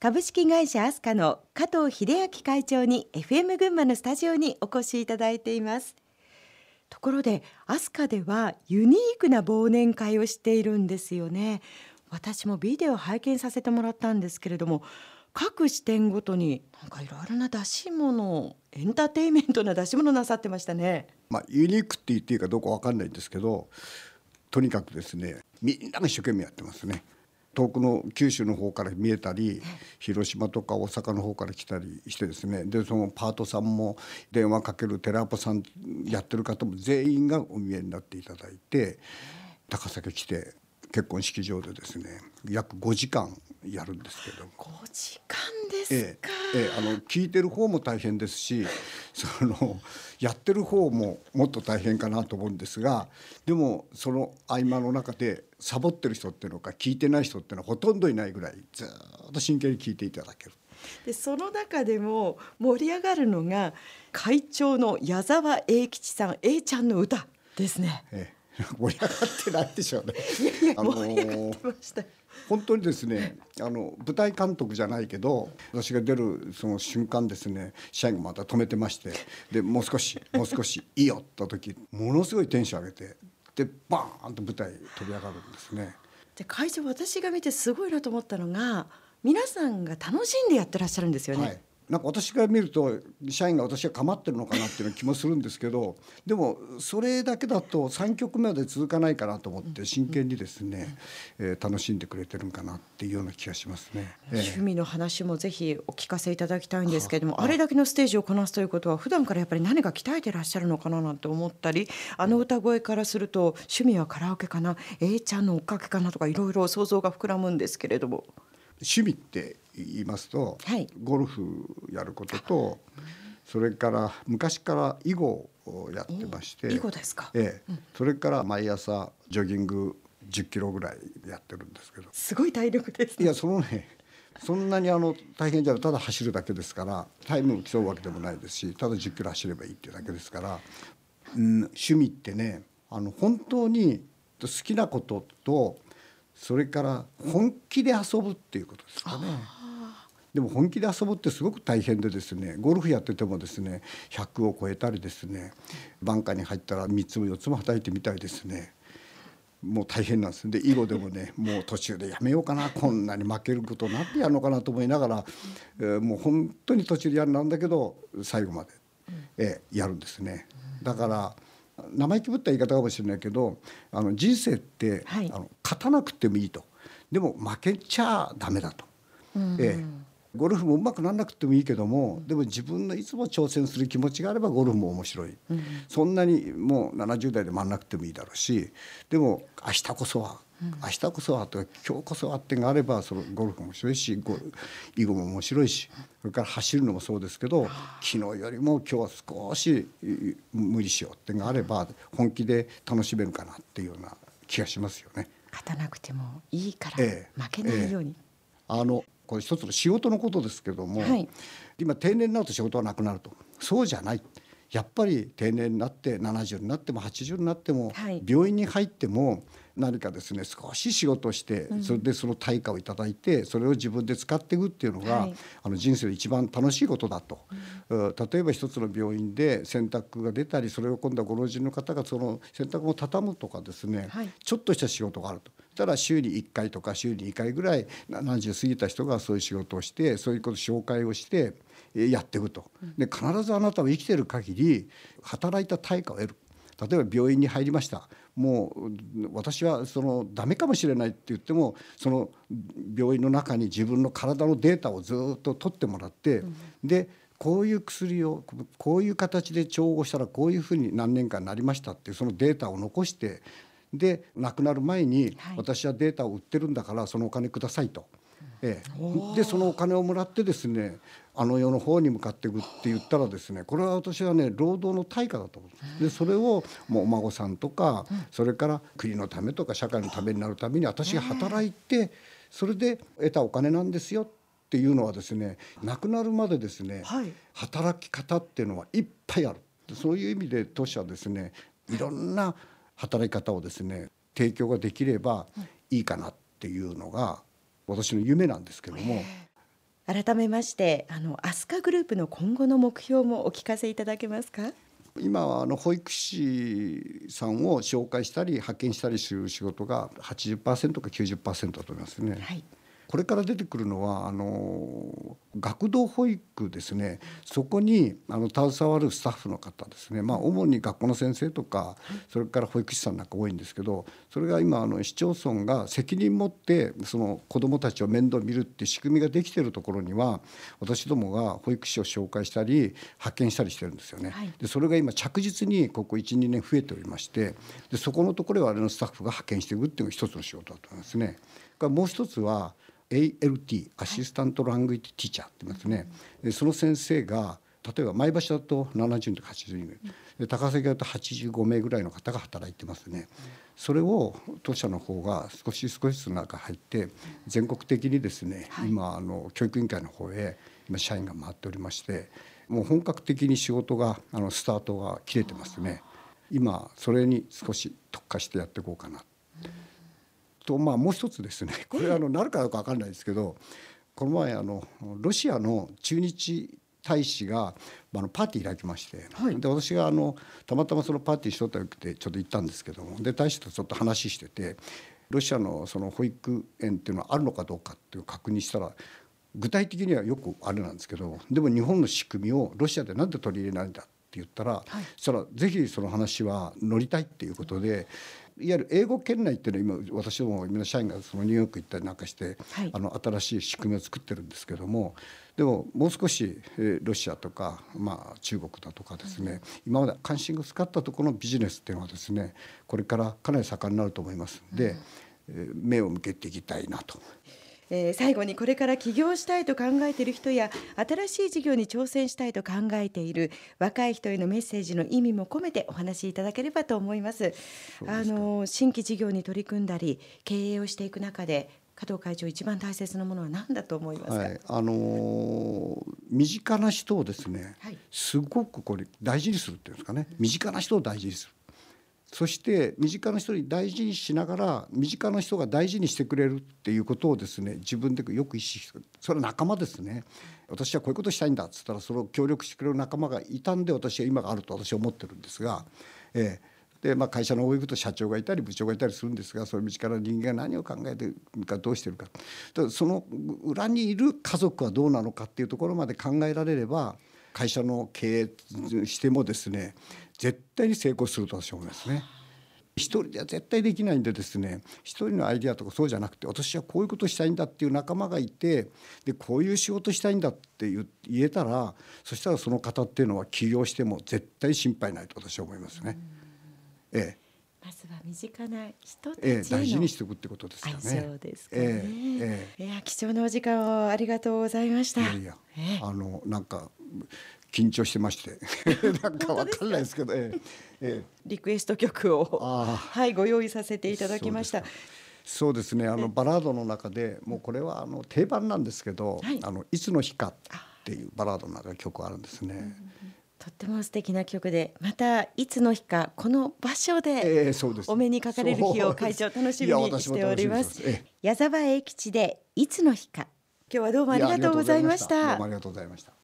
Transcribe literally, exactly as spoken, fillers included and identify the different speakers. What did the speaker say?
Speaker 1: 株式会社アスカの加藤秀明会長に エフエム 群馬のスタジオにお越しいただいています。ところでアスカではユニークな忘年会をしているんですよね。私もビデオを拝見させてもらったんですけれども、各支店ごとになんかいろいろな出し物、エンターテインメントな出し物なさってましたね。
Speaker 2: まあ、ユニークって言っていいかどうか分かんないんですけど、とにかくですね、みんなが一生懸命やってますね。遠くの九州の方から見えたり、広島とか大阪の方から来たりしてですね、でそのパートさんも電話かけるテレアポさんやってる方も全員がお見えになっていただいて、高崎来て結婚式場でですね約ごじかんやるんですけど、
Speaker 1: ごじかんですか。
Speaker 2: ええええ、あの聞いてる方も大変ですし、そのやってる方ももっと大変かなと思うんですが、でもその合間の中でサボってる人っていうのか聞いてない人っていうのはほとんどいないぐらいずっと真剣に聞いていただける。
Speaker 1: でその中でも盛り上がるのが会長の矢沢永吉さん、 A ちゃんの歌ですね。
Speaker 2: ええ、盛り上がってないでしょうね。
Speaker 1: いやいや、盛り上がってました。
Speaker 2: 本当にですね、あの舞台監督じゃないけど、私が出るその瞬間ですね、社員がまた止めてまして、でもう少しもう少しいいよって時、ものすごいテンション上げて、でバーンと舞台飛び上がるんですね。
Speaker 1: で会長、私が見てすごいなと思ったのが、皆さんが楽しんでやってらっしゃるんですよね。
Speaker 2: はい、なんか私が見ると社員が私が構ってるのかなっていう気もするんですけど、でもそれだけだとさんきょくめまで続かないかなと思って真剣にですね、えー、楽しんでくれてるんかなっていうような気がしますね。えー、
Speaker 1: 趣味の話もぜひお聞かせいただきたいんですけれども、あれだけのステージをこなすということは普段からやっぱり何か鍛えてらっしゃるのかななんて思ったり、あの歌声からすると趣味はカラオケかな、 A ちゃんの追っかけかなとか、いろいろ想像が膨らむんですけれども。
Speaker 2: 趣味って言いますと、
Speaker 1: はい、
Speaker 2: ゴルフやることと、それから昔から囲碁をやってまして、
Speaker 1: 囲碁ですか。
Speaker 2: ええ、うん、それから毎朝ジョギングじゅっキロぐらいやってるんですけど、
Speaker 1: すごい体力ですね。
Speaker 2: いやそのねそんなにあの大変じゃない、ただ走るだけですから、タイムを競うわけでもないですし、ただじゅっキロ走ればいいっていうだけですから、うん、趣味ってね、あの本当に好きなことと、それから本気で遊ぶっていうことですかね。でも本気で遊ぶってすごく大変でですね、ゴルフやっててもですねひゃくを超えたりですね、バンカーに入ったらみっつもよっつもはたいてみたりですね、もう大変なんです。で囲碁でもね、もう途中でやめようかな、こんなに負けることなんでやるのかなと思いながら、えー、もう本当に途中でやるなんだけど最後まで、えー、やるんですね。だから生意気ぶった言い方かもしれないけど、あの人生って、はい、あの勝たなくてもいいと、でも負けちゃダメだと、ええ、ゴルフもうまくならなくてもいいけども、でも自分のいつも挑戦する気持ちがあればゴルフも面白い、うん、そんなにもうななじゅう代で回らなくてもいいだろうし、でも明日こそは、うん、明日こそはとか今日こそはってがあれば、そのゴルフも面白いし、囲碁も面白いし、それから走るのもそうですけど、昨日よりも今日は少し無理しようってがあれば本気で楽しめるかなっていうような気がしますよね。
Speaker 1: 勝たなくてもいいから、ええ、負けないように、ええ、
Speaker 2: あのこれ一つの仕事のことですけども、はい、今定年になると仕事はなくなると、そうじゃない。やっぱり定年になってななじゅうになってもはちじゅうになっても、はい、病院に入っても何かですね少し仕事をして、うん、それでその対価をいただいてそれを自分で使っていくっていうのが、はい、あの人生で一番楽しいことだと、うん、例えば一つの病院で洗濯が出たり、それを今度はご老人の方がその洗濯を畳むとかですね、はい、ちょっとした仕事があると。ただ週にいっかいとか週ににかいぐらいななじゅう過ぎた人がそういう仕事をして、そういうこと紹介をしてやっていくと。で必ずあなたは生きている限り働いた対価を得る。例えば病院に入りました、もう私はそのダメかもしれないって言っても、その病院の中に自分の体のデータをずっと取ってもらって、うん、でこういう薬をこういう形で調合したらこういうふうに何年間になりましたっていうそのデータを残して、で亡くなる前に、はい、私はデータを売ってるんだからそのお金くださいと、ええ、でそのお金をもらってですね、あの世の方に向かっていくって言ったらですね、これは私はね労働の対価だと思うんです。でそれをもうお孫さんとか、それから国のためとか社会のためになるために私が働いて、それで得たお金なんですよっていうのはですね、亡くなるまでですね、はい、働き方っていうのはいっぱいある。そういう意味で当社はですね、いろんな働き方をですね提供ができればいいかなっていうのが私の夢なんですけども、
Speaker 1: 改めましてあのアスカグループの今後の目標もお聞かせいただけますか？
Speaker 2: 今はあの保育士さんを紹介したり派遣したりする仕事が はちじゅっパーセント か きゅうじゅっパーセント だと思いますね。はい、これから出てくるのはあの学童保育ですね。そこにあの携わるスタッフの方ですね、まあ、主に学校の先生とかそれから保育士さんなんか多いんですけど、それが今あの市町村が責任持ってその子どもたちを面倒見るっていう仕組みができているところには私どもが保育士を紹介したり派遣したりしてるんですよね。はい、でそれが今着実にここ いちにねん増えておりまして、でそこのところはあれのスタッフが派遣していくっていうのが一つの仕事だと思いますね。からもう一つはエーエルティー アシスタントラングイッジティーチャーって言いますね。でその先生が例えば前橋だとななじゅうにんとかはちじゅうにんで、高崎だとはちじゅうごめいぐらいの方が働いてますね。それを当社の方が少し少しずつ中入って全国的にですね、はい、今あの教育委員会の方へ今社員が回っておりまして、もう本格的に仕事があのスタートが切れてますね。今それに少し特化してやっていこうかなと、まあ、もう一つですね、これあのなるかどうか分かんないですけど、この前あのロシアの駐日大使があのパーティー開きまして、はい、で私があのたまたまそのパーティーしとったってちょっと行ったんですけども、で大使とちょっと話してて、ロシアのその保育園っていうのはあるのかどうかっていう確認したら、具体的にはよくあれなんですけど、でも日本の仕組みをロシアでなんで取り入れないんだって言ったら、はい、そしたらぜひその話は乗りたいっていうことで、いわゆる英語圏内っていうのは今私どもみんな社員がそのニューヨーク行ったりなんかして、はい、あの新しい仕組みを作ってるんですけども、でももう少し、えー、ロシアとか、まあ、中国だとかですね、うん、今まで関心が薄かったところのビジネスっていうのはですね、これからかなり盛んになると思いますので、うんえー、目を向けていきたいなと。
Speaker 1: えー、最後にこれから起業したいと考えている人や新しい事業に挑戦したいと考えている若い人へのメッセージの意味も込めてお話しいただければと思います。あの新規事業に取り組んだり経営をしていく中で加藤会長、一番大切なものは何だと思いますか？はい、
Speaker 2: あのー、身近な人をですね、はい、すごくこれ大事にするっていうんですかね、身近な人を大事にする。そして身近な人に大事にしながら身近な人が大事にしてくれるっていうことをですね、自分でよく意識する。それは仲間ですね。私はこういうことしたいんだっつったら、それを協力してくれる仲間がいたんで私は今があると私は思ってるんですが、えーでまあ、会社の上行くと社長がいたり部長がいたりするんですが、その身近な人間が何を考えているかどうしているか、その裏にいる家族はどうなのかっていうところまで考えられれば、会社の経営してもですね絶対に成功すると私は思いますね。一人では絶対できないんでですね、一人のアイデアとかそうじゃなくて、私はこういうことしたいんだっていう仲間がいて、でこういう仕事したいんだって言えたら、そしたらその方っていうのは起業しても絶対心配ないと私は思いますね。ええ、
Speaker 1: まずは身近な人たち
Speaker 2: への、ええ、大事にしていくってことですよね。
Speaker 1: そうですかね。ええええ、いや貴重なお時間をありがとうございました。
Speaker 2: いやいや、ええ、あのなんか緊張してましてなんかわかんないですけど、ええええ、
Speaker 1: リクエスト曲をはいご用意させていただきました。
Speaker 2: そうですね、あのバラードの中でもうこれはあの定番なんですけど、はい、あのいつの日かっていうバラードの中で曲があるんですね。うんうん、
Speaker 1: とっても素敵な曲で、またいつの日かこの場所でお目にかかれる日を会長楽しみにしております。矢沢永吉でいつの日か。今日はどうもありがとうございました。
Speaker 2: どうもありがとうございました。